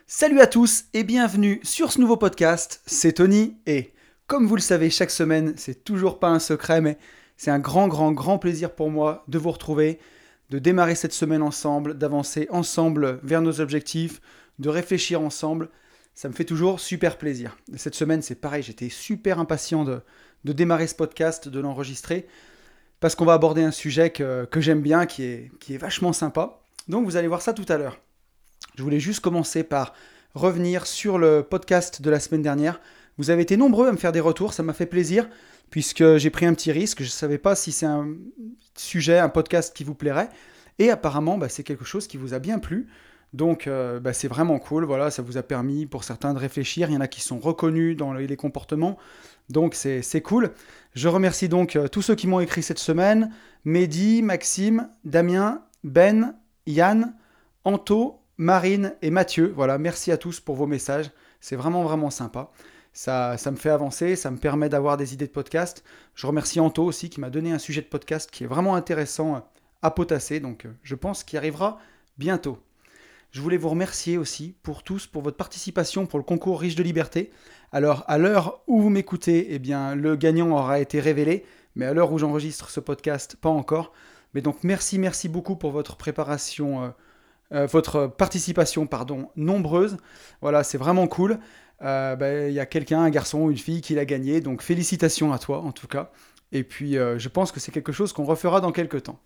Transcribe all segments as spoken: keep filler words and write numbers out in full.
Salut à tous et bienvenue sur ce nouveau podcast, c'est Tony et comme vous le savez chaque semaine, c'est toujours pas un secret mais c'est un grand grand grand plaisir pour moi de vous retrouver, de démarrer cette semaine ensemble, d'avancer ensemble vers nos objectifs, de réfléchir ensemble, ça me fait toujours super plaisir. Et cette semaine c'est pareil, j'étais super impatient de, de démarrer ce podcast, de l'enregistrer parce qu'on va aborder un sujet que, que j'aime bien, qui est, qui est vachement sympa. Donc vous allez voir ça tout à l'heure. Je voulais juste commencer par revenir sur le podcast de la semaine dernière. Vous avez été nombreux à me faire des retours, ça m'a fait plaisir, puisque j'ai pris un petit risque. Je ne savais pas si c'est un sujet, un podcast qui vous plairait. Et apparemment, bah, c'est quelque chose qui vous a bien plu. Donc, euh, bah, c'est vraiment cool. Voilà, ça vous a permis pour certains de réfléchir. Il y en a qui sont reconnus dans les comportements. Donc, c'est, c'est cool. Je remercie donc euh, tous ceux qui m'ont écrit cette semaine. Mehdi, Maxime, Damien, Ben, Yann, Anto, Marine et Mathieu. Voilà, merci à tous pour vos messages. C'est vraiment, vraiment sympa. Ça, ça me fait avancer, ça me permet d'avoir des idées de podcast. Je remercie Anto aussi qui m'a donné un sujet de podcast qui est vraiment intéressant à potasser. Donc, je pense qu'il arrivera bientôt. Je voulais vous remercier aussi pour tous, pour votre participation pour le concours Riche de Liberté. Alors, à l'heure où vous m'écoutez, eh bien, le gagnant aura été révélé. Mais à l'heure où j'enregistre ce podcast, pas encore. Mais donc, merci, merci beaucoup pour votre préparation euh, Euh, votre participation pardon, nombreuse. Voilà, c'est vraiment cool. Il euh, bah, y a quelqu'un, un garçon ou une fille qui l'a gagné, donc félicitations à toi en tout cas. Et puis euh, je pense que c'est quelque chose qu'on refera dans quelques temps.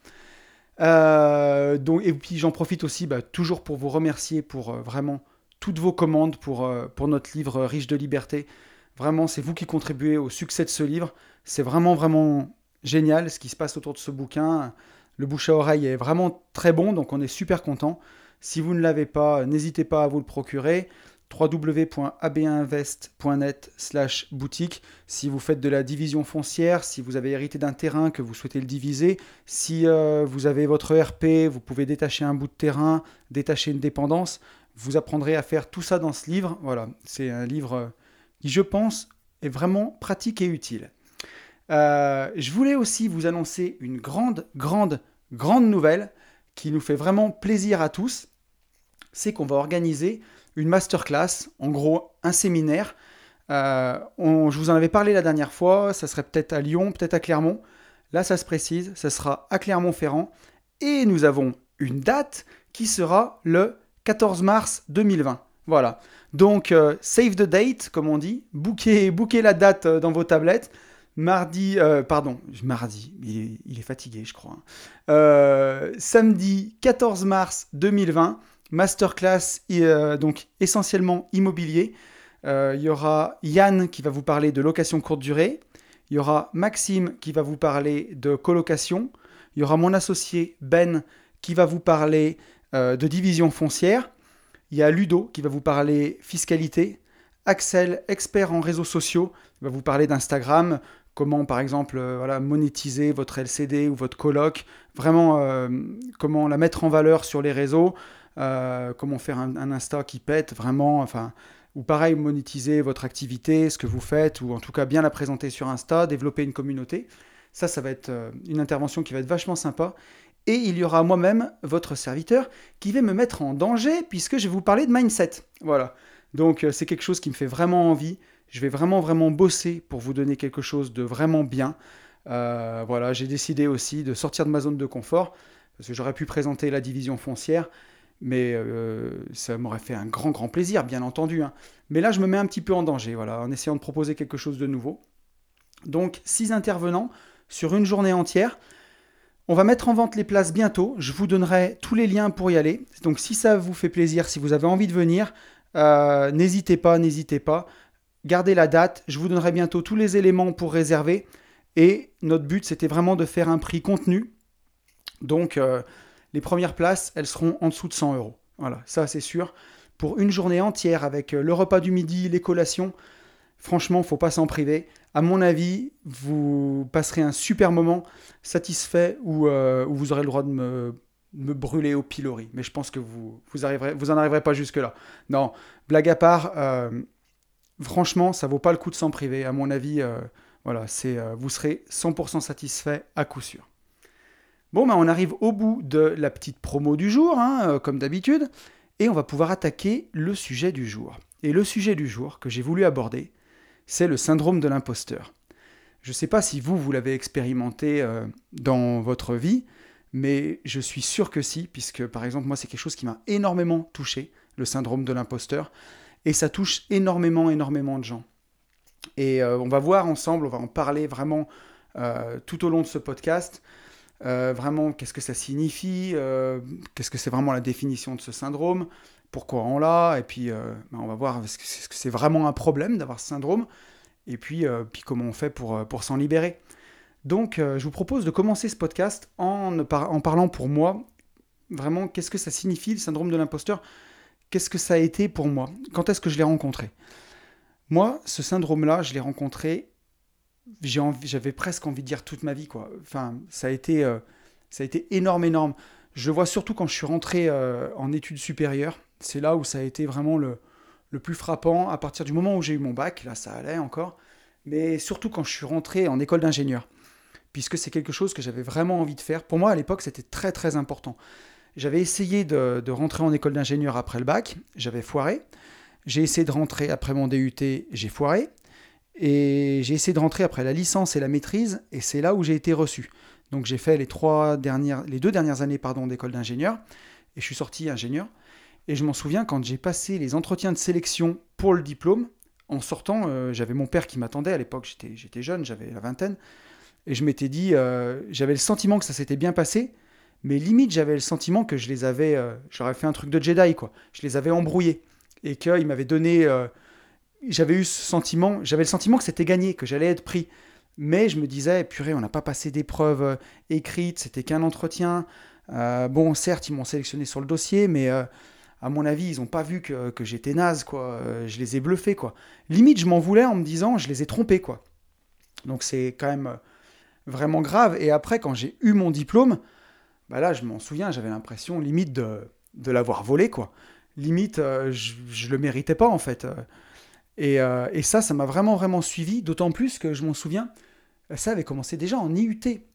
Euh, donc, et puis j'en profite aussi bah, toujours pour vous remercier pour euh, vraiment toutes vos commandes pour, euh, pour notre livre Riche de Liberté. Vraiment, c'est vous qui contribuez au succès de ce livre. C'est vraiment, vraiment génial ce qui se passe autour de ce bouquin. Le bouche à oreille est vraiment très bon, donc on est super content. Si vous ne l'avez pas, n'hésitez pas à vous le procurer. w w w point a b invest point net slash boutique. Si vous faites de la division foncière, si vous avez hérité d'un terrain que vous souhaitez le diviser, si euh, vous avez votre E R P, vous pouvez détacher un bout de terrain, détacher une dépendance, vous apprendrez à faire tout ça dans ce livre. Voilà, c'est un livre qui, je pense, est vraiment pratique et utile. Euh, je voulais aussi vous annoncer une grande, grande, grande nouvelle qui nous fait vraiment plaisir à tous. C'est qu'on va organiser une masterclass, en gros un séminaire. Euh, on, je vous en avais parlé la dernière fois, ça serait peut-être à Lyon, peut-être à Clermont. Là, ça se précise, ça sera à Clermont-Ferrand. Et nous avons une date qui sera le quatorze mars deux mille vingt. Voilà. Donc, euh, save the date, comme on dit. Booker, booker la date dans vos tablettes. Mardi, euh, pardon, mardi, il est, il est fatigué, je crois. Euh, samedi quatorze mars deux mille vingt, masterclass, euh, donc essentiellement immobilier. Euh, il y aura Yann qui va vous parler de location courte durée. Il y aura Maxime qui va vous parler de colocation. Il y aura mon associé Ben qui va vous parler euh, de division foncière. Il y a Ludo qui va vous parler fiscalité. Axel, expert en réseaux sociaux, va vous parler d'Instagram, comment par exemple euh, voilà, monétiser votre L C D ou votre coloc, vraiment euh, comment la mettre en valeur sur les réseaux, euh, comment faire un, un Insta qui pète vraiment, enfin, ou pareil monétiser votre activité, ce que vous faites, ou en tout cas bien la présenter sur Insta, développer une communauté. Ça, ça va être euh, une intervention qui va être vachement sympa. Et il y aura moi-même, votre serviteur, qui va me mettre en danger puisque je vais vous parler de mindset. Voilà. Donc c'est quelque chose qui me fait vraiment envie. Je vais vraiment, vraiment bosser pour vous donner quelque chose de vraiment bien. Euh, voilà, j'ai décidé aussi de sortir de ma zone de confort parce que j'aurais pu présenter la division foncière, mais euh, ça m'aurait fait un grand, grand plaisir, bien entendu. Hein. Mais là, je me mets un petit peu en danger, voilà, en essayant de proposer quelque chose de nouveau. Donc, six intervenants sur une journée entière. On va mettre en vente les places bientôt. Je vous donnerai tous les liens pour y aller. Donc, si ça vous fait plaisir, si vous avez envie de venir, euh, n'hésitez pas, n'hésitez pas. Gardez la date. Je vous donnerai bientôt tous les éléments pour réserver. Et notre but, c'était vraiment de faire un prix contenu. Donc, euh, les premières places, elles seront en dessous de cent euros. Voilà, ça c'est sûr. Pour une journée entière avec le repas du midi, les collations, franchement, il ne faut pas s'en priver. À mon avis, vous passerez un super moment satisfait où, euh, où vous aurez le droit de me, me brûler au pilori. Mais je pense que vous vous, arriverez, vous en arriverez pas jusque-là. Non, blague à part, euh, franchement, ça vaut pas le coup de s'en priver. À mon avis, euh, voilà, c'est, euh, vous serez cent pour cent satisfait à coup sûr. Bon, ben, on arrive au bout de la petite promo du jour, hein, euh, comme d'habitude. et on va pouvoir attaquer le sujet du jour. Et le sujet du jour que j'ai voulu aborder, c'est le syndrome de l'imposteur. Je ne sais pas si vous, vous l'avez expérimenté euh, dans votre vie, mais je suis sûr que si, puisque par exemple, moi, c'est quelque chose qui m'a énormément touché, le syndrome de l'imposteur, et ça touche énormément, énormément de gens. Et euh, on va voir ensemble, on va en parler vraiment euh, tout au long de ce podcast, euh, vraiment qu'est-ce que ça signifie, euh, qu'est-ce que c'est vraiment la définition de ce syndrome, pourquoi on l'a, et puis euh, ben, on va voir est-ce que c'est, est-ce que c'est vraiment un problème d'avoir ce syndrome, et puis, euh, puis comment on fait pour, pour s'en libérer. Donc euh, je vous propose de commencer ce podcast en, en parlant pour moi, vraiment qu'est-ce que ça signifie le syndrome de l'imposteur, qu'est-ce que ça a été pour moi, quand est-ce que je l'ai rencontré. Moi, ce syndrome-là, je l'ai rencontré, j'ai envie, j'avais presque envie de dire toute ma vie, quoi. Enfin, ça a été, euh, ça a été énorme, énorme. Je le vois surtout quand je suis rentré euh, en études supérieures. C'est là où ça a été vraiment le, le plus frappant. À partir du moment où j'ai eu mon bac, là, ça allait encore. Mais surtout quand je suis rentré en école d'ingénieur, puisque c'est quelque chose que j'avais vraiment envie de faire. Pour moi, à l'époque, c'était très, très important. J'avais essayé de, de rentrer en école d'ingénieur après le bac. J'avais foiré. J'ai essayé de rentrer après mon D U T, j'ai foiré. Et j'ai essayé de rentrer après la licence et la maîtrise, et c'est là où j'ai été reçu. Donc j'ai fait les, trois dernières, les deux dernières années pardon, d'école d'ingénieur, et je suis sorti ingénieur. Et je m'en souviens, quand j'ai passé les entretiens de sélection pour le diplôme, en sortant, euh, j'avais mon père qui m'attendait, à l'époque j'étais, j'étais jeune, j'avais la vingtaine, et je m'étais dit, euh, j'avais le sentiment que ça s'était bien passé, mais limite j'avais le sentiment que je les avais, euh, j'aurais fait un truc de Jedi, quoi. Je les avais embrouillés. Et qu'il m'avait donné... Euh, j'avais eu ce sentiment, j'avais le sentiment que c'était gagné, que j'allais être pris. Mais je me disais, purée, on n'a pas passé d'épreuves euh, écrites, c'était qu'un entretien. Euh, bon, certes, ils m'ont sélectionné sur le dossier, mais euh, à mon avis, ils n'ont pas vu que, que j'étais naze, quoi. Euh, je les ai bluffés, quoi. Limite, je m'en voulais en me disant, je les ai trompés, quoi. Donc c'est quand même euh, vraiment grave. Et après, quand j'ai eu mon diplôme, bah là, je m'en souviens, j'avais l'impression limite de, de l'avoir volé, quoi. Limite, euh, je ne le méritais pas, en fait. Et, euh, et ça, ça m'a vraiment, vraiment suivi, d'autant plus que je m'en souviens, ça avait commencé déjà en I U T.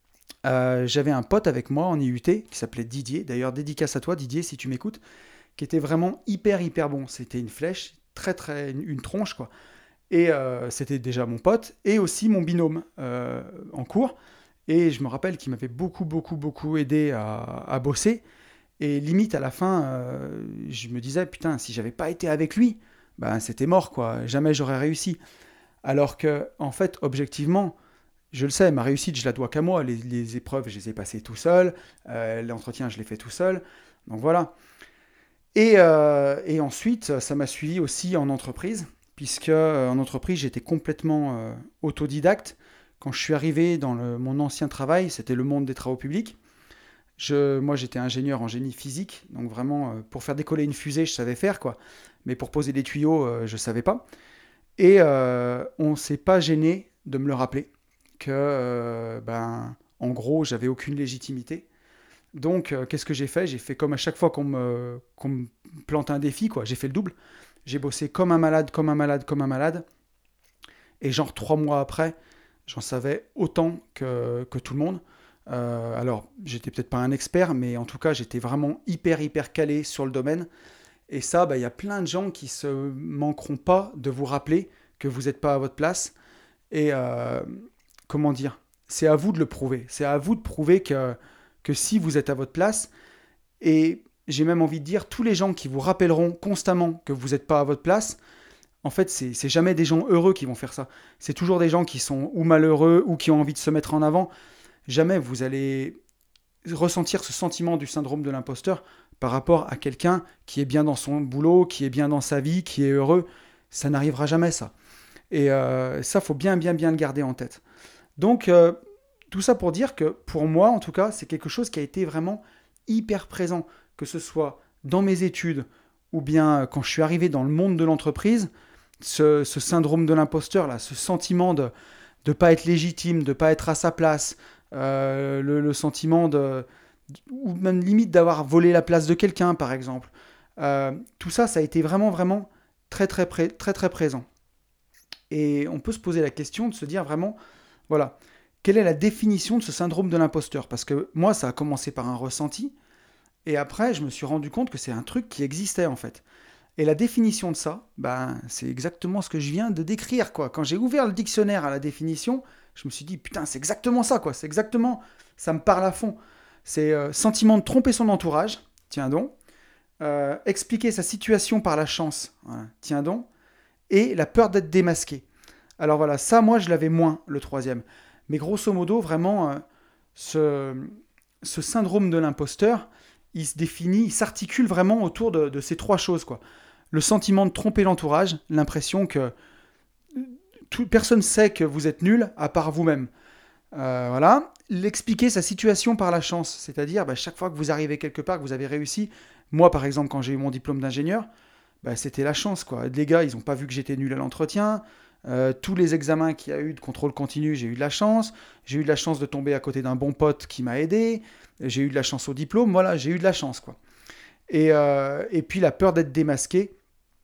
Euh, j'avais un pote avec moi en I U T qui s'appelait Didier, d'ailleurs dédicace à toi Didier si tu m'écoutes, qui était vraiment hyper, hyper bon. C'était une flèche, très, très, une, une tronche, quoi. Et euh, c'était déjà mon pote, et aussi mon binôme euh, en cours. Et je me rappelle qu'il m'avait beaucoup, beaucoup, beaucoup aidé à, à bosser. Et limite, à la fin, euh, je me disais, putain, si j'avais pas été avec lui, ben, c'était mort, quoi. Jamais j'aurais réussi. Alors que, en fait, objectivement, je le sais, ma réussite, je la dois qu'à moi. Les, les épreuves, je les ai passées tout seul. Euh, l'entretien, je l'ai fait tout seul. Donc voilà. Et, euh, et ensuite, ça m'a suivi aussi en entreprise, puisque euh, en entreprise, j'étais complètement euh, autodidacte. Quand je suis arrivé dans le- mon ancien travail, c'était le monde des travaux publics. Je, moi, j'étais ingénieur en génie physique, donc vraiment, euh, pour faire décoller une fusée, je savais faire, quoi. Mais pour poser des tuyaux, euh, je ne savais pas. Et euh, on ne s'est pas gêné de me le rappeler, que, euh, ben, en gros, j'avais aucune légitimité. Donc, euh, qu'est-ce que j'ai fait? J'ai fait comme à chaque fois qu'on me, qu'on me plante un défi, quoi. J'ai fait le double. J'ai bossé comme un malade, comme un malade, comme un malade. Et genre, trois mois après, j'en savais autant que, que tout le monde. Euh, alors, j'étais peut-être pas un expert, mais en tout cas, j'étais vraiment hyper, hyper calé sur le domaine. Et ça, bah, il y a plein de gens qui se manqueront pas de vous rappeler que vous n'êtes pas à votre place. Et euh, comment dire? C'est à vous de le prouver. C'est à vous de prouver que, que si vous êtes à votre place, et j'ai même envie de dire, tous les gens qui vous rappelleront constamment que vous n'êtes pas à votre place, en fait, c'est, c'est jamais des gens heureux qui vont faire ça. C'est toujours des gens qui sont ou malheureux ou qui ont envie de se mettre en avant. Jamais vous allez ressentir ce sentiment du syndrome de l'imposteur par rapport à quelqu'un qui est bien dans son boulot, qui est bien dans sa vie, qui est heureux. Ça n'arrivera jamais, ça. Et euh, ça, faut bien, bien, bien le garder en tête. Donc, euh, tout ça pour dire que, pour moi, en tout cas, c'est quelque chose qui a été vraiment hyper présent, que ce soit dans mes études ou bien quand je suis arrivé dans le monde de l'entreprise, ce, ce syndrome de l'imposteur, là, ce sentiment de ne pas être légitime, de ne pas être à sa place, euh, le, le sentiment de... ou même limite d'avoir volé la place de quelqu'un, par exemple. Euh, tout ça, ça a été vraiment, vraiment très, très, très, très, très présent. Et on peut se poser la question de se dire vraiment, voilà, quelle est la définition de ce syndrome de l'imposteur? Parce que moi, ça a commencé par un ressenti, Et après, je me suis rendu compte que c'est un truc qui existait en fait. Et la définition de ça, ben, c'est exactement ce que je viens de décrire, quoi. Quand j'ai ouvert le dictionnaire à la définition, je me suis dit, putain, c'est exactement ça, quoi. C'est exactement, ça me parle à fond. C'est euh, sentiment de tromper son entourage, tiens donc. Euh, expliquer sa situation par la chance, voilà, tiens donc. Et la peur d'être démasqué. Alors voilà, ça, moi, je l'avais moins, le troisième. Mais grosso modo, vraiment, euh, ce, ce syndrome de l'imposteur, il se définit, il s'articule vraiment autour de, de ces trois choses, quoi. Le sentiment de tromper l'entourage, l'impression que tout, personne ne sait que vous êtes nul à part vous-même. Euh, voilà. L'expliquer sa situation par la chance, c'est-à-dire bah, chaque fois que vous arrivez quelque part, que vous avez réussi. Moi, par exemple, quand j'ai eu mon diplôme d'ingénieur, bah, c'était la chance, quoi. Les gars, ils n'ont pas vu que j'étais nul à l'entretien. Euh, tous les examens qu'il y a eu de contrôle continu, j'ai eu de la chance. J'ai eu de la chance de tomber à côté d'un bon pote qui m'a aidé. J'ai eu de la chance au diplôme. Voilà, j'ai eu de la chance, quoi. Et, euh, et puis la peur d'être démasqué,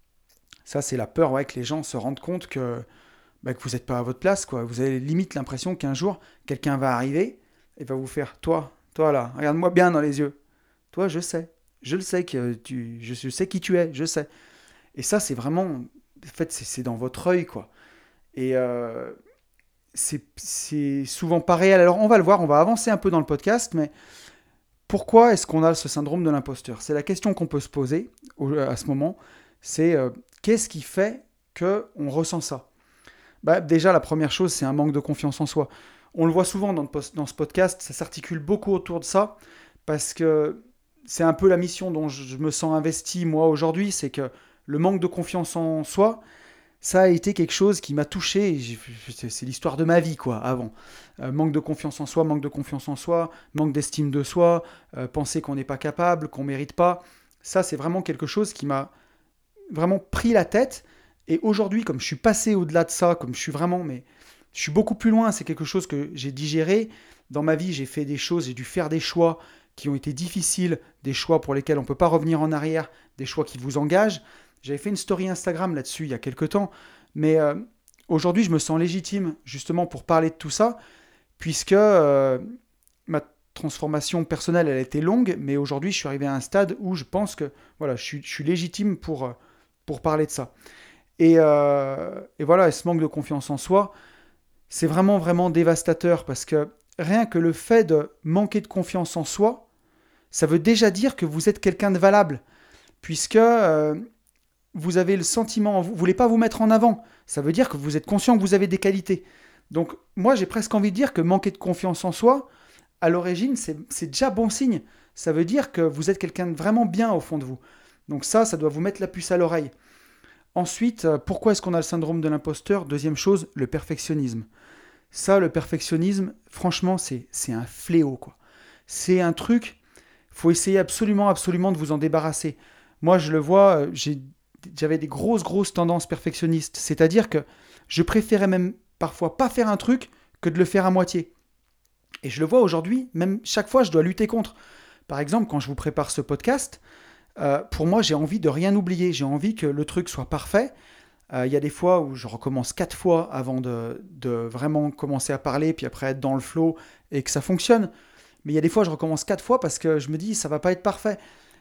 ça, c'est la peur, ouais, que les gens se rendent compte que, bah, que vous n'êtes pas à votre place, quoi. Vous avez limite l'impression qu'un jour, quelqu'un va arriver et va vous faire, toi, toi là, regarde-moi bien dans les yeux. Toi, je sais. Je le sais que tu, je, je sais qui tu es, je sais. Et ça, c'est vraiment, en fait, c'est, c'est dans votre œil, quoi. Et euh, c'est, c'est souvent pas réel. Alors, on va le voir, on va avancer un peu dans le podcast, mais pourquoi est-ce qu'on a ce syndrome de l'imposteur? C'est la question qu'on peut se poser au- à ce moment. C'est euh, qu'est-ce qui fait qu'on ressent ça? Bah, déjà, la première chose, c'est un manque de confiance en soi. On le voit souvent dans, le post- dans ce podcast, ça s'articule beaucoup autour de ça, parce que c'est un peu la mission dont je, je me sens investi, moi, aujourd'hui, c'est que le manque de confiance en soi, ça a été quelque chose qui m'a touché. J'ai- C'est c'est l'histoire de ma vie, quoi, avant. Euh, manque de confiance en soi, manque de confiance en soi, manque d'estime de soi, euh, penser qu'on n'est pas capable, qu'on mérite pas. Ça, c'est vraiment quelque chose qui m'a vraiment pris la tête. Et aujourd'hui, comme je suis passé au-delà de ça, comme je suis vraiment, mais je suis beaucoup plus loin, c'est quelque chose que j'ai digéré. Dans ma vie, j'ai fait des choses, j'ai dû faire des choix qui ont été difficiles, des choix pour lesquels on ne peut pas revenir en arrière, des choix qui vous engagent. J'avais fait une story Instagram là-dessus il y a quelques temps, mais euh, aujourd'hui, je me sens légitime justement pour parler de tout ça, puisque euh, ma transformation personnelle, elle a été longue, mais aujourd'hui, je suis arrivé à un stade où je pense que voilà, je suis, je suis légitime pour, euh, pour parler de ça. Et, euh, et voilà, et ce manque de confiance en soi, c'est vraiment, vraiment dévastateur parce que rien que le fait de manquer de confiance en soi, ça veut déjà dire que vous êtes quelqu'un de valable, puisque euh, vous avez le sentiment, vous ne voulez pas vous mettre en avant. Ça veut dire que vous êtes conscient que vous avez des qualités. Donc moi, j'ai presque envie de dire que manquer de confiance en soi, à l'origine, c'est, c'est déjà bon signe. Ça veut dire que vous êtes quelqu'un de vraiment bien au fond de vous. Donc ça, ça doit vous mettre la puce à l'oreille. Ensuite, euh, pourquoi est-ce qu'on a le syndrome de l'imposteur? Deuxième chose, le perfectionnisme. Ça, le perfectionnisme, franchement, c'est, c'est un fléau, quoi. C'est un truc, faut essayer absolument, absolument de vous en débarrasser. Moi, je le vois, euh, j'ai, j'avais des grosses, grosses tendances perfectionnistes. C'est-à-dire que je préférais même parfois pas faire un truc que de le faire à moitié. Et je le vois aujourd'hui, même chaque fois, je dois lutter contre. Par exemple, quand je vous prépare ce podcast, euh, pour moi, j'ai envie de rien oublier. J'ai envie que le truc soit parfait. Euh, Il y a des fois où je recommence quatre fois avant de, de vraiment commencer à parler, puis après être dans le flow et que ça fonctionne. Mais il y a des fois, je recommence quatre fois parce que je me dis, ça va pas être parfait.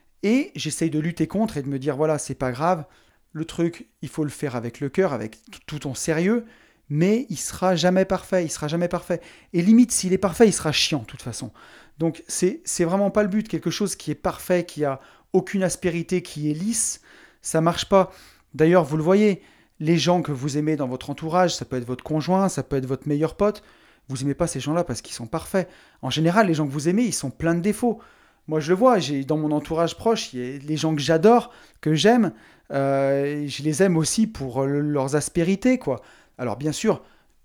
Et j'essaye de lutter contre et de me dire, voilà, c'est pas grave. Le truc, il faut le faire avec le cœur, avec tout ton sérieux, mais il sera jamais parfait, il sera jamais parfait. Et limite, s'il est parfait, il sera chiant de toute façon. Donc c'est c'est vraiment pas le but. Quelque chose qui est parfait, qui a aucune aspérité, qui est lisse, ça marche pas. D'ailleurs, vous le voyez, les gens que vous aimez dans votre entourage, ça peut être votre conjoint, ça peut être votre meilleur pote, vous aimez pas ces gens-là parce qu'ils sont parfaits. En général, les gens que vous aimez, ils sont pleins de défauts. Moi, je le vois, j'ai dans mon entourage proche, il y a les gens que j'adore, que j'aime, euh, je les aime aussi pour euh, leurs aspérités, quoi. Alors, bien sûr,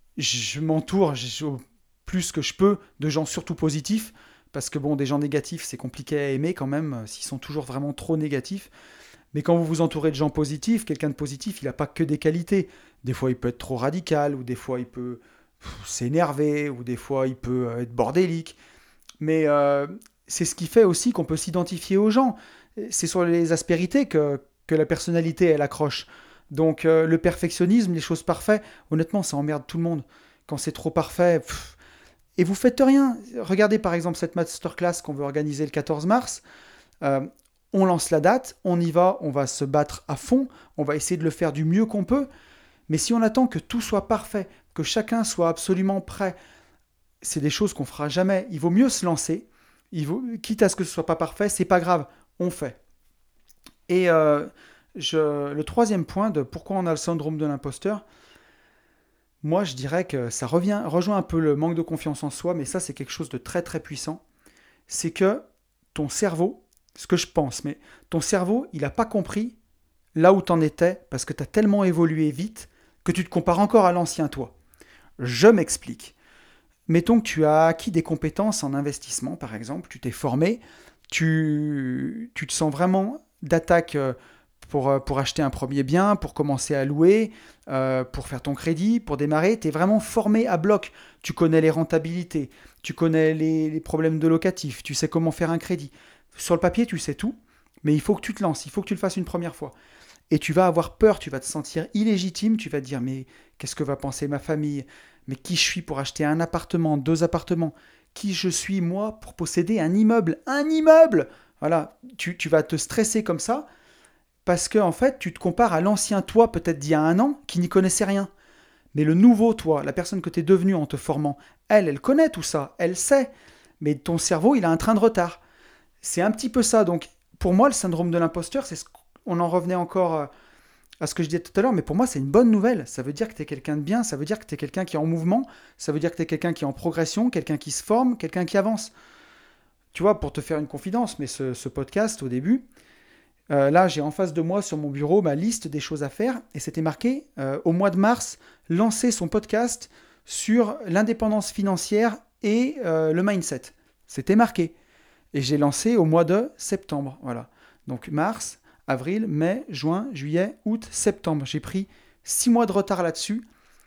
je m'entoure je- au plus que je peux de gens surtout positifs, parce que bon, des gens négatifs, c'est compliqué à aimer quand même, euh, s'ils sont toujours vraiment trop négatifs. Mais quand vous vous entourez de gens positifs, quelqu'un de positif, il n'a pas que des qualités. Des fois, il peut être trop radical, ou des fois, il peut pff, s'énerver, ou des fois, il peut euh, être bordélique. Mais euh, c'est ce qui fait aussi qu'on peut s'identifier aux gens. C'est sur les aspérités que, que la personnalité, elle accroche. Donc euh, le perfectionnisme, les choses parfaites, honnêtement, ça emmerde tout le monde. Quand c'est trop parfait, pff, et vous faites rien. Regardez par exemple cette masterclass qu'on veut organiser le quatorze mars. Euh, on lance la date, on y va, on va se battre à fond, on va essayer de le faire du mieux qu'on peut. Mais si on attend que tout soit parfait, que chacun soit absolument prêt, c'est des choses qu'on fera jamais. Il vaut mieux se lancer. Il vaut, quitte à ce que ce soit pas parfait, c'est pas grave, on fait. Et euh, je, le troisième point de pourquoi on a le syndrome de l'imposteur, moi je dirais que ça revient, rejoint un peu le manque de confiance en soi, mais ça c'est quelque chose de très très puissant. C'est que ton cerveau, ce que je pense, mais ton cerveau, il n'a pas compris là où tu en étais parce que tu as tellement évolué vite que tu te compares encore à l'ancien toi. Je m'explique. Mettons que tu as acquis des compétences en investissement, par exemple, tu t'es formé, tu, tu te sens vraiment d'attaque euh, pour, euh, pour acheter un premier bien, pour commencer à louer, euh, pour faire ton crédit, pour démarrer. Tu es vraiment formé à bloc. Tu connais les rentabilités, tu connais les, les problèmes de locatif, tu sais comment faire un crédit. Sur le papier, tu sais tout, mais il faut que tu te lances, il faut que tu le fasses une première fois. Et tu vas avoir peur, tu vas te sentir illégitime, tu vas te dire mais qu'est-ce que va penser ma famille? Mais qui je suis pour acheter un appartement, deux appartements? Qui je suis moi pour posséder un immeuble? Un immeuble! Voilà, tu, tu vas te stresser comme ça parce que en fait tu te compares à l'ancien toi peut-être d'il y a un an qui n'y connaissait rien. Mais le nouveau toi, la personne que tu es devenue en te formant, elle, elle connaît tout ça, elle sait. Mais ton cerveau, il a un train de retard. C'est un petit peu ça. Donc pour moi, le syndrome de l'imposteur, c'est ce qu'on en revenait encore euh, à ce que je disais tout à l'heure, mais pour moi, c'est une bonne nouvelle. Ça veut dire que tu es quelqu'un de bien, ça veut dire que tu es quelqu'un qui est en mouvement, ça veut dire que tu es quelqu'un qui est en progression, quelqu'un qui se forme, quelqu'un qui avance. Tu vois, pour te faire une confidence, mais ce, ce podcast, au début, euh, là, j'ai en face de moi, sur mon bureau, ma liste des choses à faire, et c'était marqué, euh, au mois de mars, lancer son podcast sur l'indépendance financière et euh, le mindset. C'était marqué. Et j'ai lancé au mois de septembre. Voilà. Donc mars, avril, mai, juin, juillet, août, septembre. J'ai pris six mois de retard là-dessus.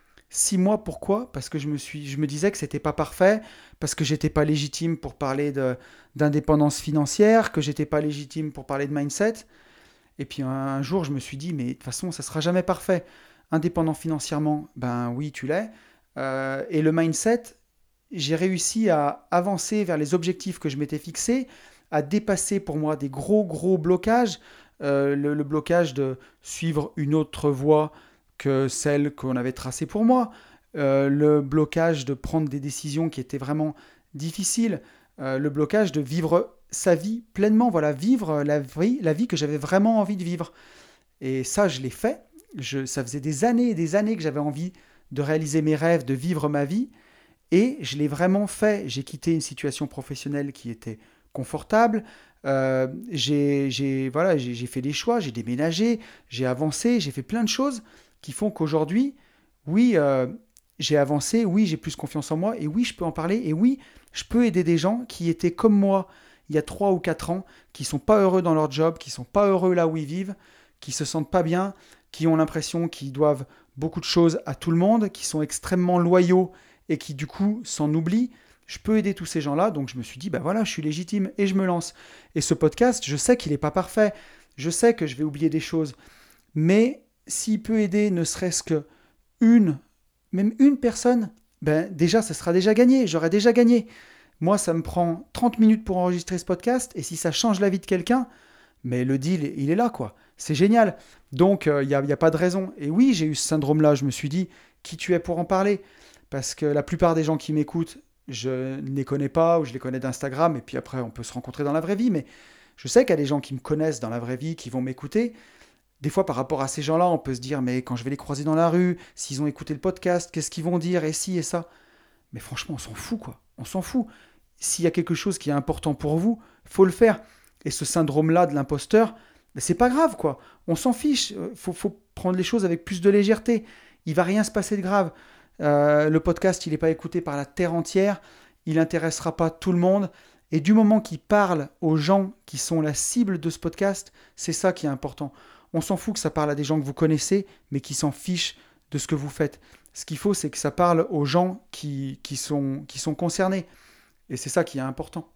Six mois, pourquoi? Parce que je me, suis, je me disais que c'était pas parfait, parce que j'étais pas légitime pour parler de, d'indépendance financière, que j'étais pas légitime pour parler de mindset. Et puis un, un jour, je me suis dit, mais de toute façon, ça sera jamais parfait. Indépendant financièrement, ben oui, tu l'es. Euh, et le mindset, j'ai réussi à avancer vers les objectifs que je m'étais fixés, à dépasser pour moi des gros, gros blocages. Euh, le, le blocage de suivre une autre voie que celle qu'on avait tracée pour moi. Euh, le blocage de prendre des décisions qui étaient vraiment difficiles. Euh, le blocage de vivre sa vie pleinement. Voilà, vivre la vie, la vie que j'avais vraiment envie de vivre. Et ça, je l'ai fait. Je, ça faisait des années et des années que j'avais envie de réaliser mes rêves, de vivre ma vie. Et je l'ai vraiment fait. J'ai quitté une situation professionnelle qui était confortable. Euh, j'ai, j'ai, voilà, j'ai, j'ai fait des choix, j'ai déménagé, j'ai avancé, j'ai fait plein de choses qui font qu'aujourd'hui, oui, euh, j'ai avancé, oui, j'ai plus confiance en moi, et oui, je peux en parler, et oui, je peux aider des gens qui étaient comme moi il y a trois ou quatre ans, qui sont pas heureux dans leur job, qui sont pas heureux là où ils vivent, qui se sentent pas bien, qui ont l'impression qu'ils doivent beaucoup de choses à tout le monde, qui sont extrêmement loyaux et qui du coup s'en oublient. Je peux aider tous ces gens-là, donc je me suis dit, ben voilà, je suis légitime et je me lance. Et ce podcast, je sais qu'il n'est pas parfait, je sais que je vais oublier des choses, mais s'il peut aider ne serait-ce que une, même une personne, ben déjà, ça sera déjà gagné, j'aurai déjà gagné. Moi, ça me prend trente minutes pour enregistrer ce podcast, et si ça change la vie de quelqu'un, mais le deal, il est là, quoi. C'est génial. Donc, il euh, n'y a, y a pas de raison. Et oui, j'ai eu ce syndrome-là, je me suis dit, qui tu es pour en parler? Parce que la plupart des gens qui m'écoutent, je ne les connais pas, ou je les connais d'Instagram, et puis après, on peut se rencontrer dans la vraie vie, mais je sais qu'il y a des gens qui me connaissent dans la vraie vie, qui vont m'écouter. Des fois, par rapport à ces gens-là, on peut se dire, mais quand je vais les croiser dans la rue, s'ils ont écouté le podcast, qu'est-ce qu'ils vont dire, et ci et ça. Mais franchement, on s'en fout, quoi. On s'en fout. S'il y a quelque chose qui est important pour vous, faut le faire. Et ce syndrome-là de l'imposteur, ben c'est pas grave, quoi. On s'en fiche. Faut, faut prendre les choses avec plus de légèreté. Il va rien se passer de grave. Euh, le podcast, il n'est pas écouté par la terre entière. Il n'intéressera pas tout le monde. Et du moment qu'il parle aux gens qui sont la cible de ce podcast, c'est ça qui est important. On s'en fout que ça parle à des gens que vous connaissez, mais qui s'en fichent de ce que vous faites. Ce qu'il faut, c'est que ça parle aux gens qui, qui, sont, qui sont concernés. Et c'est ça qui est important.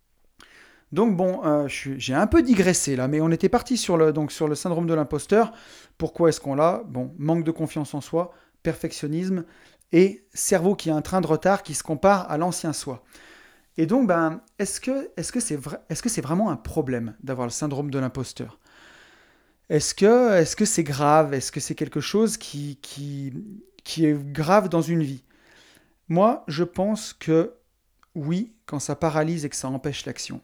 Donc bon, euh, je suis- j'ai un peu digressé là, mais on était parti sur le, donc sur le syndrome de l'imposteur. Pourquoi est-ce qu'on l'a? Bon, manque de confiance en soi, perfectionnisme et cerveau qui a un train de retard qui se compare à l'ancien soi. Et donc, ben, est-ce que, est-ce que c'est vrai, est-ce que c'est vraiment un problème d'avoir le syndrome de l'imposteur? Est-ce que, est-ce que c'est grave? Est-ce que c'est quelque chose qui, qui, qui est grave dans une vie? Moi, je pense que oui, quand ça paralyse et que ça empêche l'action.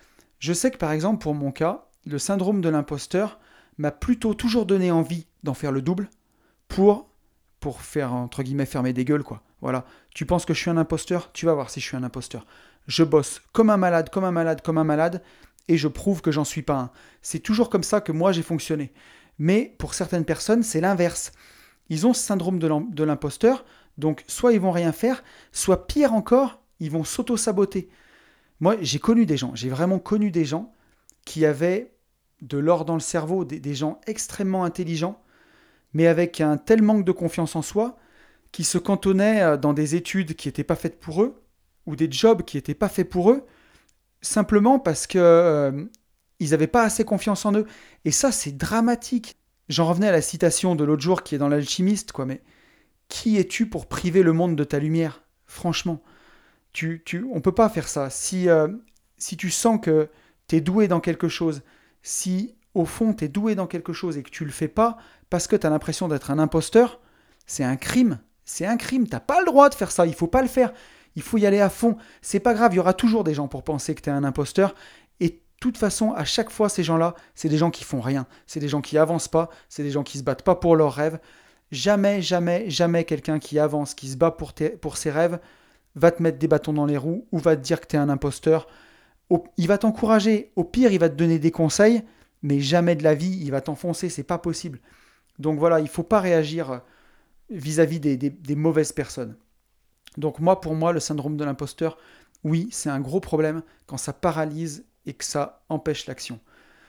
Je sais que par exemple, pour mon cas, le syndrome de l'imposteur m'a plutôt toujours donné envie d'en faire le double pour, pour faire, entre guillemets, fermer des gueules, quoi. Voilà. Tu penses que je suis un imposteur? Tu vas voir si je suis un imposteur. Je bosse comme un malade, comme un malade, comme un malade, et je prouve que j'en suis pas un. C'est toujours comme ça que moi j'ai fonctionné. Mais pour certaines personnes, c'est l'inverse. Ils ont ce syndrome de l'im- de l'imposteur, donc soit ils vont rien faire, soit pire encore, ils vont s'auto-saboter. Moi, j'ai connu des gens, j'ai vraiment connu des gens qui avaient de l'or dans le cerveau, des, des gens extrêmement intelligents, mais avec un tel manque de confiance en soi, qui se cantonnaient euh, dans des études qui n'étaient pas faites pour eux, ou des jobs qui n'étaient pas faits pour eux, simplement parce que euh, ils n'avaient pas assez confiance en eux. Et ça, c'est dramatique. J'en revenais à la citation de l'autre jour qui est dans l'Alchimiste, quoi, mais qui es-tu pour priver le monde de ta lumière? Franchement, tu, tu, on ne peut pas faire ça. Si, euh, si tu sens que tu es doué dans quelque chose, si au fond tu es doué dans quelque chose et que tu ne le fais pas parce que tu as l'impression d'être un imposteur, c'est un crime. C'est un crime. Tu n'as pas le droit de faire ça. Il ne faut pas le faire. Il faut y aller à fond. C'est pas grave. Il y aura toujours des gens pour penser que tu es un imposteur. Et de toute façon, à chaque fois, ces gens-là, c'est des gens qui font rien. C'est des gens qui avancent pas. C'est des gens qui se battent pas pour leurs rêves. Jamais, jamais, jamais quelqu'un qui avance, qui se bat pour, tes- pour ses rêves, va te mettre des bâtons dans les roues ou va te dire que tu es un imposteur. Au- il va t'encourager. Au pire, il va te donner des conseils, mais jamais de la vie, il va t'enfoncer. C'est pas possible. Donc voilà, il ne faut pas réagir vis-à-vis des, des- des mauvaises personnes. Donc moi, pour moi, le syndrome de l'imposteur, oui, c'est un gros problème quand ça paralyse et que ça empêche l'action.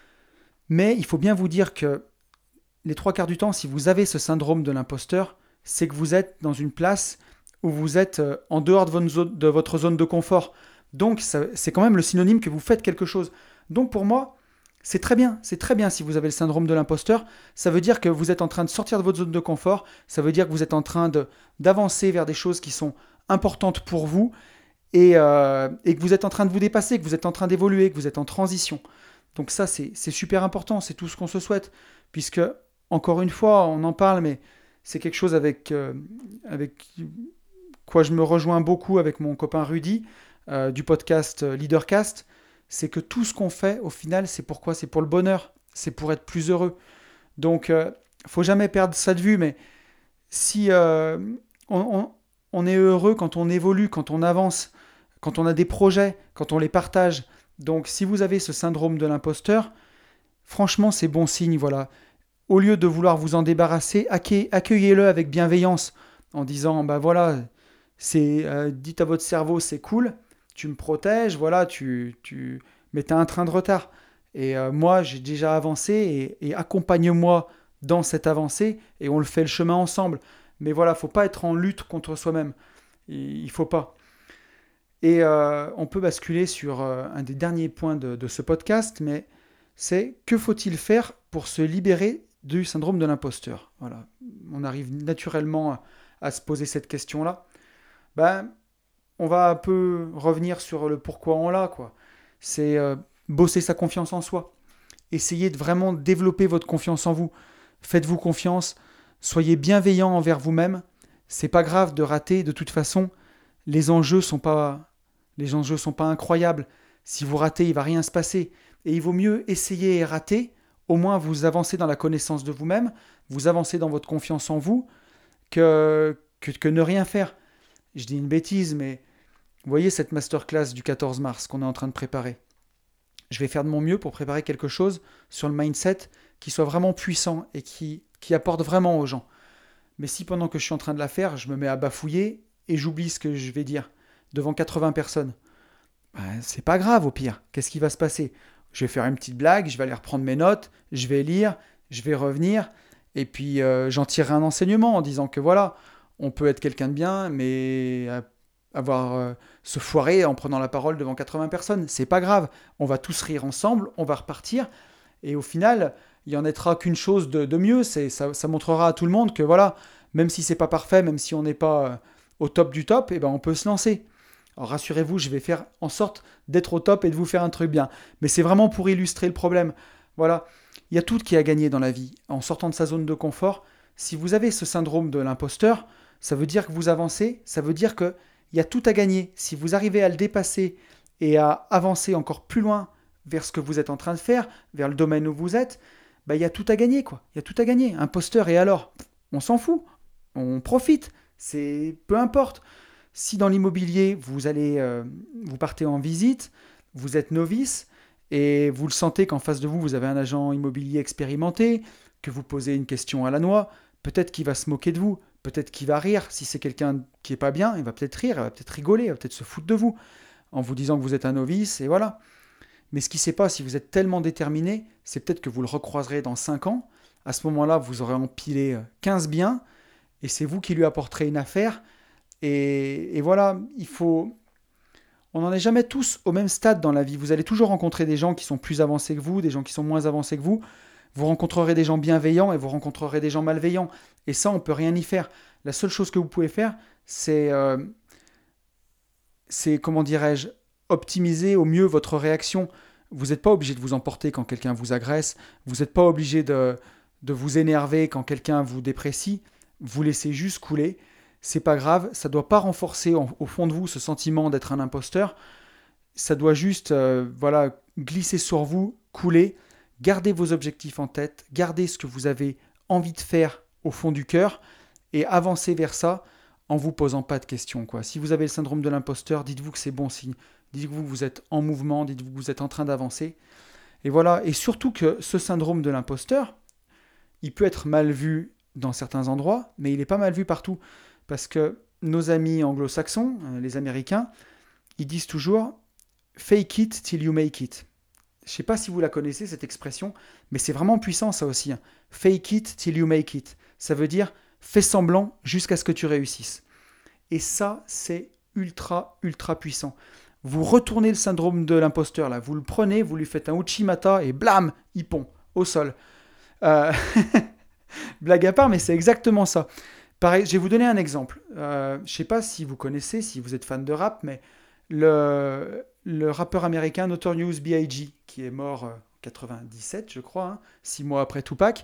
Mais il faut bien vous dire que les trois quarts du temps, si vous avez ce syndrome de l'imposteur, c'est que vous êtes dans une place où vous êtes euh, en dehors de votre zone de, votre zone de confort. Donc ça- c'est quand même le synonyme que vous faites quelque chose. Donc pour moi, c'est très bien, c'est très bien si vous avez le syndrome de l'imposteur. Ça veut dire que vous êtes en train de sortir de votre zone de confort. Ça veut dire que vous êtes en train de, d'avancer vers des choses qui sont importantes pour vous et, euh, et que vous êtes en train de vous dépasser, que vous êtes en train d'évoluer, que vous êtes en transition. Donc ça, c'est, c'est super important, c'est tout ce qu'on se souhaite, puisque, encore une fois, on en parle, mais c'est quelque chose avec, euh, avec quoi je me rejoins beaucoup avec mon copain Rudy, euh, du podcast euh, Leadercast, c'est que tout ce qu'on fait, au final, c'est pourquoi? C'est pour le bonheur, c'est pour être plus heureux. Donc, euh, faut jamais perdre ça de vue, mais si euh, on, on- on est heureux quand on évolue, quand on avance, quand on a des projets, quand on les partage. Donc si vous avez ce syndrome de l'imposteur, franchement c'est bon signe, voilà. Au lieu de vouloir vous en débarrasser, accueille- accueillez-le avec bienveillance en disant bah voilà, c'est euh, dites à votre cerveau c'est cool, tu me protèges, voilà, tu tu mais t'as un train de retard. Et euh, moi j'ai déjà avancé et, et accompagne-moi dans cette avancée et on le fait le chemin ensemble. Mais voilà, faut pas être en lutte contre soi-même. Il il faut pas. Et euh, on peut basculer sur euh, un des derniers points de, de ce podcast, mais c'est que faut-il faire pour se libérer du syndrome de l'imposteur? Voilà, on arrive naturellement à, à se poser cette question-là. Ben, on va un peu revenir sur le pourquoi on l'a, quoi. C'est euh, bosser sa confiance en soi. Essayez de vraiment développer votre confiance en vous. Faites-vous confiance, soyez bienveillant envers vous-même. C'est pas grave de rater, de toute façon, les enjeux sont pas les enjeux sont pas incroyables. Si vous ratez, il va rien se passer et il vaut mieux essayer et rater, au moins vous avancez dans la connaissance de vous-même, vous avancez dans votre confiance en vous que que, que ne rien faire. Je dis une bêtise mais vous voyez cette masterclass du quatorze mars qu'on est en train de préparer. Je vais faire de mon mieux pour préparer quelque chose sur le mindset qui soit vraiment puissant et qui, qui apporte vraiment aux gens. Mais si pendant que je suis en train de la faire, je me mets à bafouiller et j'oublie ce que je vais dire devant quatre-vingts personnes, ben, c'est pas grave au pire. Qu'est-ce qui va se passer? Je vais faire une petite blague, je vais aller reprendre mes notes, je vais lire, je vais revenir, et puis euh, j'en tirerai un enseignement en disant que voilà, on peut être quelqu'un de bien, mais euh, avoir euh, se foirer en prenant la parole devant quatre-vingts personnes, c'est pas grave. On va tous rire ensemble, on va repartir, et au final, il y en être qu'une chose de, de mieux. C'est ça, ça montrera à tout le monde que voilà, même si c'est pas parfait, même si on n'est pas euh, au top du top, et ben on peut se lancer. Alors rassurez-vous, je vais faire en sorte d'être au top et de vous faire un truc bien. Mais c'est vraiment pour illustrer le problème. Voilà, il y a tout qui est à gagner dans la vie. En sortant de sa zone de confort, si vous avez ce syndrome de l'imposteur, ça veut dire que vous avancez, ça veut dire qu'il y a tout à gagner. Si vous arrivez à le dépasser et à avancer encore plus loin vers ce que vous êtes en train de faire, vers le domaine où vous êtes, bah, il y a tout à gagner, quoi. Il y a tout à gagner. Imposteur, et alors? On s'en fout. On profite. C'est peu importe. Si dans l'immobilier, vous allez, euh, vous partez en visite, vous êtes novice et vous le sentez qu'en face de vous, vous avez un agent immobilier expérimenté, que vous posez une question à la noix, peut-être qu'il va se moquer de vous, peut-être qu'il va rire. Si c'est quelqu'un qui est pas bien, il va peut-être rire, il va peut-être rigoler, il va peut-être se foutre de vous en vous disant que vous êtes un novice et voilà. Mais ce qui ne sait pas, si vous êtes tellement déterminé, c'est peut-être que vous le recroiserez dans cinq ans. À ce moment-là, vous aurez empilé quinze biens et c'est vous qui lui apporterez une affaire. Et, et voilà, il faut. On n'en est jamais tous au même stade dans la vie. Vous allez toujours rencontrer des gens qui sont plus avancés que vous, des gens qui sont moins avancés que vous. Vous rencontrerez des gens bienveillants et vous rencontrerez des gens malveillants. Et ça, on ne peut rien y faire. La seule chose que vous pouvez faire, c'est, euh, c'est comment dirais-je, optimiser au mieux votre réaction. Vous n'êtes pas obligé de vous emporter quand quelqu'un vous agresse. Vous n'êtes pas obligé de, de vous énerver quand quelqu'un vous déprécie. Vous laissez juste couler. C'est pas grave, ça doit pas renforcer en- au fond de vous ce sentiment d'être un imposteur. Ça doit juste euh, voilà, glisser sur vous, couler. Gardez vos objectifs en tête, gardez ce que vous avez envie de faire au fond du cœur et avancez vers ça en vous posant pas de questions, quoi. Si vous avez le syndrome de l'imposteur, dites-vous que c'est bon signe. Dites-vous que vous êtes en mouvement, dites-vous que vous êtes en train d'avancer. Et voilà, et surtout que ce syndrome de l'imposteur, il peut être mal vu dans certains endroits, mais il n'est pas mal vu partout. Parce que nos amis anglo-saxons, euh, les Américains, ils disent toujours fake it till you make it. Je ne sais pas si vous la connaissez, cette expression, mais c'est vraiment puissant ça aussi, hein. Fake it till you make it. Ça veut dire fais semblant jusqu'à ce que tu réussisses. Et ça, c'est ultra, ultra puissant. Vous retournez le syndrome de l'imposteur, là. Vous le prenez, vous lui faites un uchimata et blam, il pond au sol. Euh, Blague à part, mais c'est exactement ça. Pareil, je vais vous donner un exemple. Euh, je ne sais pas si vous connaissez, si vous êtes fan de rap, mais le, le rappeur américain Notorious B I G, qui est mort en quatre-vingt-dix-sept, je crois, hein, six mois après Tupac.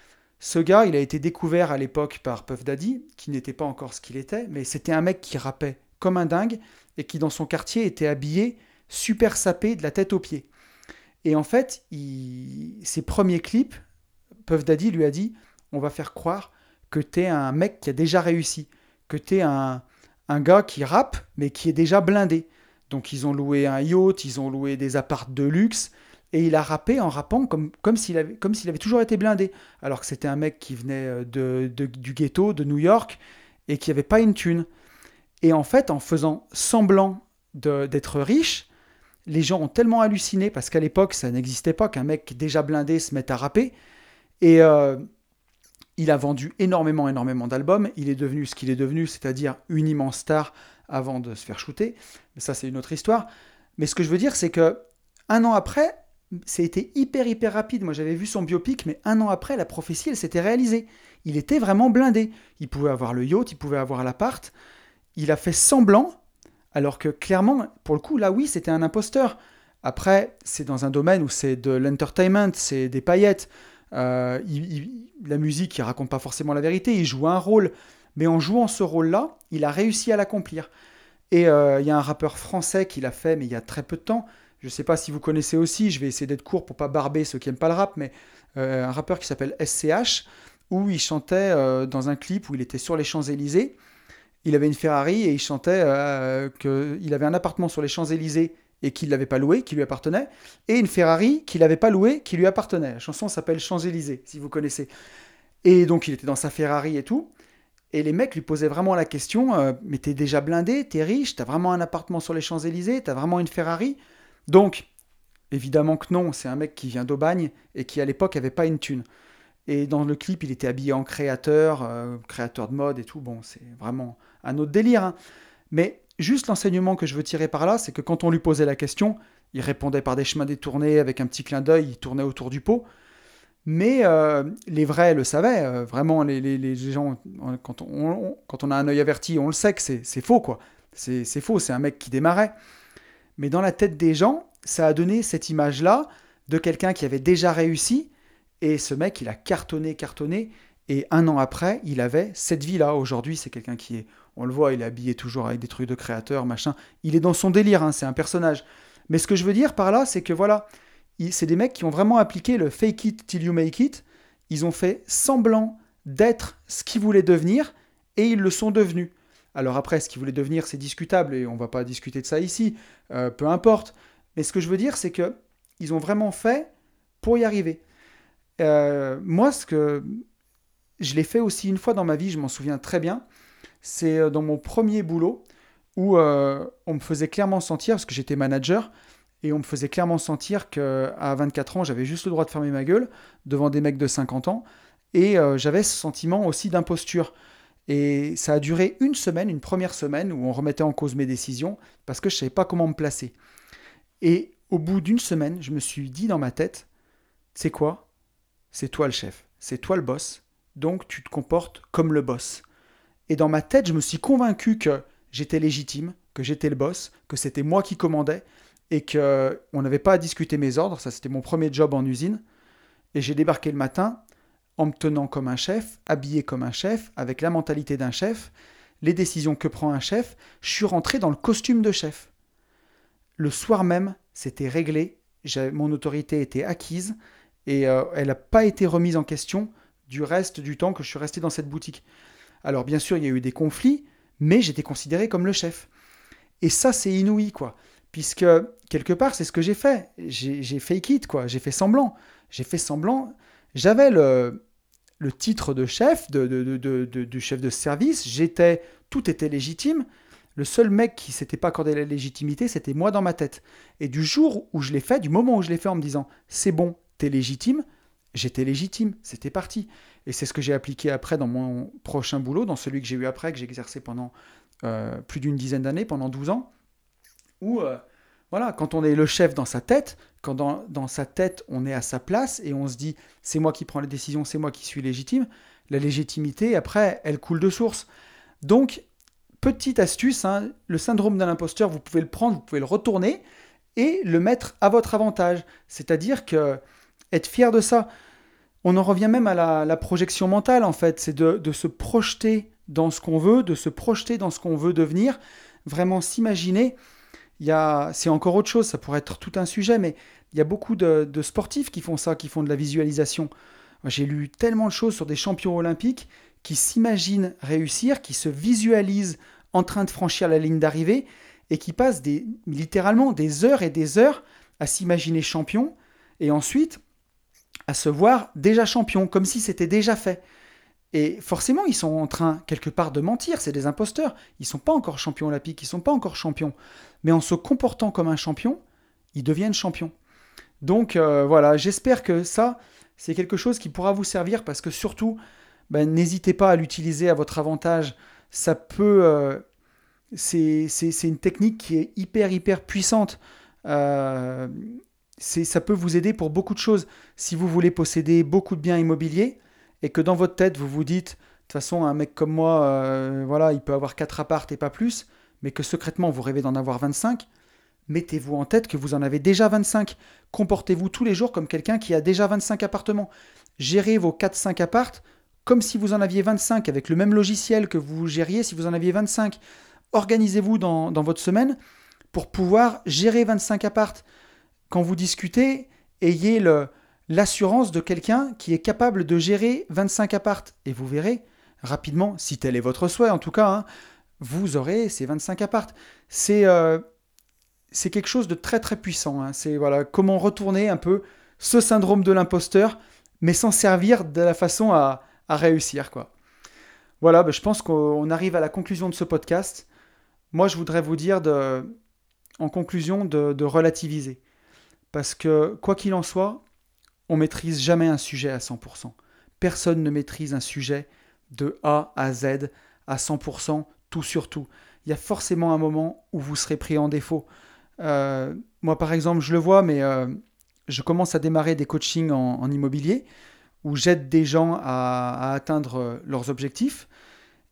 Ce gars, il a été découvert à l'époque par Puff Daddy, qui n'était pas encore ce qu'il était, mais c'était un mec qui rappait comme un dingue et qui, dans son quartier, était habillé super sapé de la tête aux pieds. Et en fait, il- ses premiers clips, Puff Daddy lui a dit, on va faire croire que t'es un mec qui a déjà réussi, que t'es un, un gars qui rappe, mais qui est déjà blindé. Donc ils ont loué un yacht, ils ont loué des apparts de luxe, et il a rappé en rappant comme, comme s'il avait, comme s'il avait toujours été blindé. Alors que c'était un mec qui venait euh, de, de- du ghetto, de New York, et qui n'avait pas une thune. Et en fait, en faisant semblant de- d'être riche, les gens ont tellement halluciné, parce qu'à l'époque, ça n'existait pas qu'un mec déjà blindé se mette à rapper. Et euh, il a vendu énormément, énormément d'albums. Il est devenu ce qu'il est devenu, c'est-à-dire une immense star avant de se faire shooter. Mais ça, c'est une autre histoire. Mais ce que je veux dire, c'est que un an après, ça a été hyper, hyper rapide. Moi, j'avais vu son biopic, mais un an après, la prophétie, elle s'était réalisée. Il était vraiment blindé. Il pouvait avoir le yacht, il pouvait avoir l'appart. Il a fait semblant, alors que clairement, pour le coup, là, oui, c'était un imposteur. Après, c'est dans un domaine où c'est de l'entertainment, c'est des paillettes. Euh, il- il- la musique, il raconte pas forcément la vérité, il joue un rôle. Mais en jouant ce rôle-là, il a réussi à l'accomplir. Et euh, il y a un rappeur français qui l'a fait, mais il y a très peu de temps. Je ne sais pas si vous connaissez aussi, je vais essayer d'être court pour pas barber ceux qui n'aiment pas le rap, mais euh, un rappeur qui s'appelle S C H, où il chantait euh, dans un clip où il était sur les Champs-Élysées. Il avait une Ferrari et il chantait euh, qu'il avait un appartement sur les Champs-Élysées et qu'il ne l'avait pas loué, qui lui appartenait, et une Ferrari qu'il n'avait pas louée, qui lui appartenait. La chanson s'appelle Champs-Élysées, si vous connaissez. Et donc il était dans sa Ferrari et tout. Et les mecs lui posaient vraiment la question, euh, mais t'es déjà blindé, t'es riche, t'as vraiment un appartement sur les Champs-Élysées, t'as vraiment une Ferrari. Donc, évidemment que non, c'est un mec qui vient d'Aubagne et qui à l'époque avait pas une thune. Et dans le clip, il était habillé en créateur, euh, créateur de mode et tout. Bon, c'est vraiment un autre délire, hein. Mais juste l'enseignement que je veux tirer par là, c'est que quand on lui posait la question, il répondait par des chemins détournés, avec un petit clin d'œil, il tournait autour du pot. Mais euh, les vrais le savaient, euh, vraiment, les, les- les gens, quand on, on- quand on a un œil averti, on le sait que c'est c'est faux, quoi. C'est, c'est faux, c'est un mec qui démarrait. Mais dans la tête des gens, ça a donné cette image-là de quelqu'un qui avait déjà réussi. Et ce mec, il a cartonné, cartonné. Et un an après, il avait cette vie-là. Aujourd'hui, c'est quelqu'un qui est, on le voit, il est habillé toujours avec des trucs de créateur, machin. Il est dans son délire, hein, c'est un personnage. Mais ce que je veux dire par là, c'est que voilà, il- c'est des mecs qui ont vraiment appliqué le fake it till you make it. Ils ont fait semblant d'être ce qu'ils voulaient devenir et ils le sont devenus. Alors après, ce qu'ils voulaient devenir, c'est discutable et on ne va pas discuter de ça ici, euh, peu importe. Mais ce que je veux dire, c'est que ils ont vraiment fait pour y arriver. Euh, moi, ce que je l'ai fait aussi une fois dans ma vie, je m'en souviens très bien, c'est euh, dans mon premier boulot où euh, on me faisait clairement sentir, parce que j'étais manager, et on me faisait clairement sentir qu'à vingt-quatre ans, j'avais juste le droit de fermer ma gueule devant des mecs de cinquante ans, et euh, j'avais ce sentiment aussi d'imposture. Et ça a duré une semaine, une première semaine, où on remettait en cause mes décisions, parce que je ne savais pas comment me placer. Et au bout d'une semaine, je me suis dit dans ma tête, tu sais quoi? C'est toi le chef, c'est toi le boss, donc tu te comportes comme le boss. Et dans ma tête, je me suis convaincu que j'étais légitime, que j'étais le boss, que c'était moi qui commandais, et qu'on n'avait pas à discuter mes ordres, ça c'était mon premier job en usine. Et j'ai débarqué le matin en me tenant comme un chef, habillé comme un chef, avec la mentalité d'un chef, les décisions que prend un chef, je suis rentré dans le costume de chef. Le soir même, c'était réglé, mon autorité était acquise, et euh, elle n'a pas été remise en question du reste du temps que je suis resté dans cette boutique. Alors bien sûr, il y a eu des conflits, mais j'étais considéré comme le chef. Et ça, c'est inouï, quoi. Puisque, quelque part, c'est ce que j'ai fait. J'ai, j'ai fake it, quoi. J'ai fait semblant. J'ai fait semblant. J'avais le, le titre de chef, de, de, de, de, de, de chef de service. J'étais, tout était légitime. Le seul mec qui s'était pas accordé la légitimité, c'était moi dans ma tête. Et du jour où je l'ai fait, du moment où je l'ai fait en me disant « c'est bon, t'es légitime », j'étais légitime, c'était parti. Et c'est ce que j'ai appliqué après dans mon prochain boulot, dans celui que j'ai eu après, que j'ai exercé pendant euh, plus d'une dizaine d'années, pendant douze ans, où, euh, voilà, quand on est le chef dans sa tête, quand dans, dans sa tête, on est à sa place et on se dit, c'est moi qui prends les décisions, c'est moi qui suis légitime, la légitimité, après, elle coule de source. Donc, petite astuce, hein, le syndrome de l'imposteur, vous pouvez le prendre, vous pouvez le retourner et le mettre à votre avantage. C'est-à-dire que être fier de ça. On en revient même à la, la projection mentale, en fait. C'est de, de se projeter dans ce qu'on veut, de se projeter dans ce qu'on veut devenir, vraiment s'imaginer. Il y a, c'est encore autre chose, ça pourrait être tout un sujet, mais il y a beaucoup de, de sportifs qui font ça, qui font de la visualisation. Moi, j'ai lu tellement de choses sur des champions olympiques qui s'imaginent réussir, qui se visualisent en train de franchir la ligne d'arrivée et qui passent des, littéralement des heures et des heures à s'imaginer champion et ensuite à se voir déjà champion, comme si c'était déjà fait. Et forcément, ils sont en train, quelque part, de mentir, c'est des imposteurs. Ils ne sont pas encore champions olympiques, ils ne sont pas encore champions. Mais en se comportant comme un champion, ils deviennent champions. Donc euh, voilà, j'espère que ça, c'est quelque chose qui pourra vous servir, parce que surtout, ben, n'hésitez pas à l'utiliser à votre avantage. Ça peut... Euh, c'est, c'est, c'est une technique qui est hyper, hyper puissante. Euh, c'est, ça peut vous aider pour beaucoup de choses. Si vous voulez posséder beaucoup de biens immobiliers et que dans votre tête, vous vous dites, de toute façon, un mec comme moi, euh, voilà, il peut avoir quatre appartes et pas plus, mais que secrètement, vous rêvez d'en avoir vingt-cinq, mettez-vous en tête que vous en avez déjà vingt-cinq. Comportez-vous tous les jours comme quelqu'un qui a déjà vingt-cinq appartements. Gérez vos quatre cinq appartes comme si vous en aviez vingt-cinq, avec le même logiciel que vous gériez si vous en aviez vingt-cinq. Organisez-vous dans, dans votre semaine pour pouvoir gérer vingt-cinq appartes. Quand vous discutez, ayez le, l'assurance de quelqu'un qui est capable de gérer vingt-cinq appartes. Et vous verrez rapidement, si tel est votre souhait en tout cas, hein, vous aurez ces vingt-cinq appartes. C'est, euh, c'est quelque chose de très très puissant. Hein. C'est voilà, comment retourner un peu ce syndrome de l'imposteur, mais s'en servir de la façon à, à réussir, quoi. Voilà, ben je pense qu'on arrive à la conclusion de ce podcast. Moi, je voudrais vous dire, de, en conclusion, de, de relativiser. Parce que, quoi qu'il en soit, on ne maîtrise jamais un sujet à cent pour cent. Personne ne maîtrise un sujet de A à Z à cent pour cent, tout sur tout. Il y a forcément un moment où vous serez pris en défaut. Euh, moi, par exemple, je le vois, mais euh, je commence à démarrer des coachings en, en immobilier où j'aide des gens à, à atteindre leurs objectifs.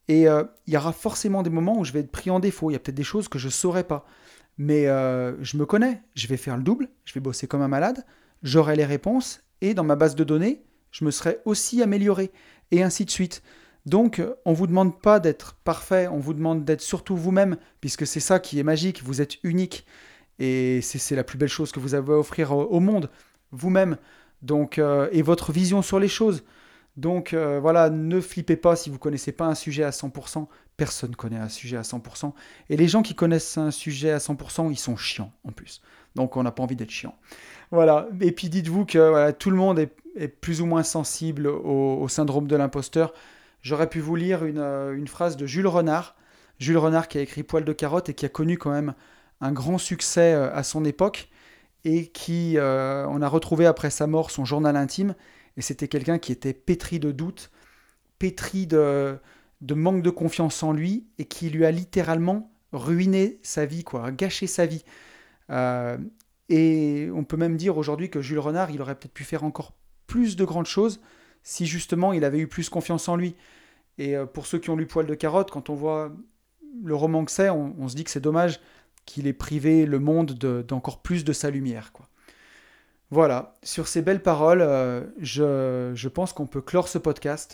Et euh, il y aura forcément des moments où je vais être pris en défaut. Il y a peut-être des choses que je ne saurais pas. Mais euh, je me connais. Je vais faire le double. Je vais bosser comme un malade. J'aurai les réponses. Et dans ma base de données, je me serai aussi amélioré. Et ainsi de suite. Donc, euh, on ne vous demande pas d'être parfait. On vous demande d'être surtout vous-même. Puisque c'est ça qui est magique. Vous êtes unique. Et c'est, c'est la plus belle chose que vous avez à offrir au, au monde. Vous-même. Donc, euh, et votre vision sur les choses. Donc euh, voilà, ne flippez pas si vous ne connaissez pas un sujet à cent pour cent. Personne ne connaît un sujet à cent pour cent. Et les gens qui connaissent un sujet à cent pour cent, ils sont chiants en plus. Donc on n'a pas envie d'être chiant. Voilà. Et puis dites-vous que voilà, tout le monde est, est plus ou moins sensible au, au syndrome de l'imposteur. J'aurais pu vous lire une, euh, une phrase de Jules Renard. Jules Renard qui a écrit Poil de carotte et qui a connu quand même un grand succès euh, à son époque et qui, euh, on a retrouvé après sa mort son journal intime. Et c'était quelqu'un qui était pétri de doutes, pétri de, de manque de confiance en lui et qui lui a littéralement ruiné sa vie, quoi, gâché sa vie. Euh, et on peut même dire aujourd'hui que Jules Renard, il aurait peut-être pu faire encore plus de grandes choses si justement il avait eu plus confiance en lui. Et euh, pour ceux qui ont lu Poil de carotte, quand on voit le roman que c'est, on, on se dit que c'est dommage qu'il ait privé le monde de- d'encore plus de sa lumière, quoi. Voilà, sur ces belles paroles, euh, je, je pense qu'on peut clore ce podcast.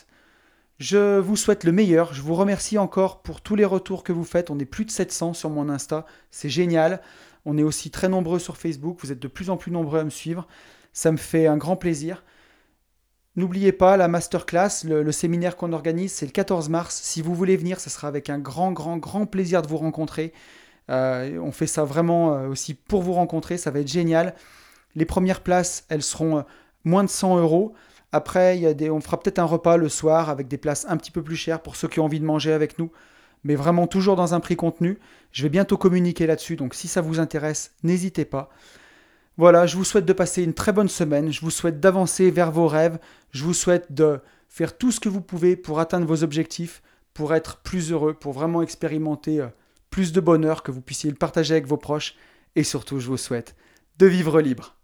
Je vous souhaite le meilleur. Je vous remercie encore pour tous les retours que vous faites. On est plus de sept cents sur mon Insta. C'est génial. On est aussi très nombreux sur Facebook. Vous êtes de plus en plus nombreux à me suivre. Ça me fait un grand plaisir. N'oubliez pas la masterclass, le, le séminaire qu'on organise, c'est le quatorze mars. Si vous voulez venir, ce sera avec un grand, grand, grand plaisir de vous rencontrer. Euh, on fait ça vraiment euh, aussi pour vous rencontrer. Ça va être génial. Les premières places, elles seront euh, moins de cent euros. Après, il y a des, on fera peut-être un repas le soir avec des places un petit peu plus chères pour ceux qui ont envie de manger avec nous. Mais vraiment toujours dans un prix contenu. Je vais bientôt communiquer là-dessus, donc si ça vous intéresse, n'hésitez pas. Voilà, je vous souhaite de passer une très bonne semaine. Je vous souhaite d'avancer vers vos rêves. Je vous souhaite de faire tout ce que vous pouvez pour atteindre vos objectifs, pour être plus heureux, pour vraiment expérimenter euh, plus de bonheur, que vous puissiez le partager avec vos proches. Et surtout, je vous souhaite de vivre libre.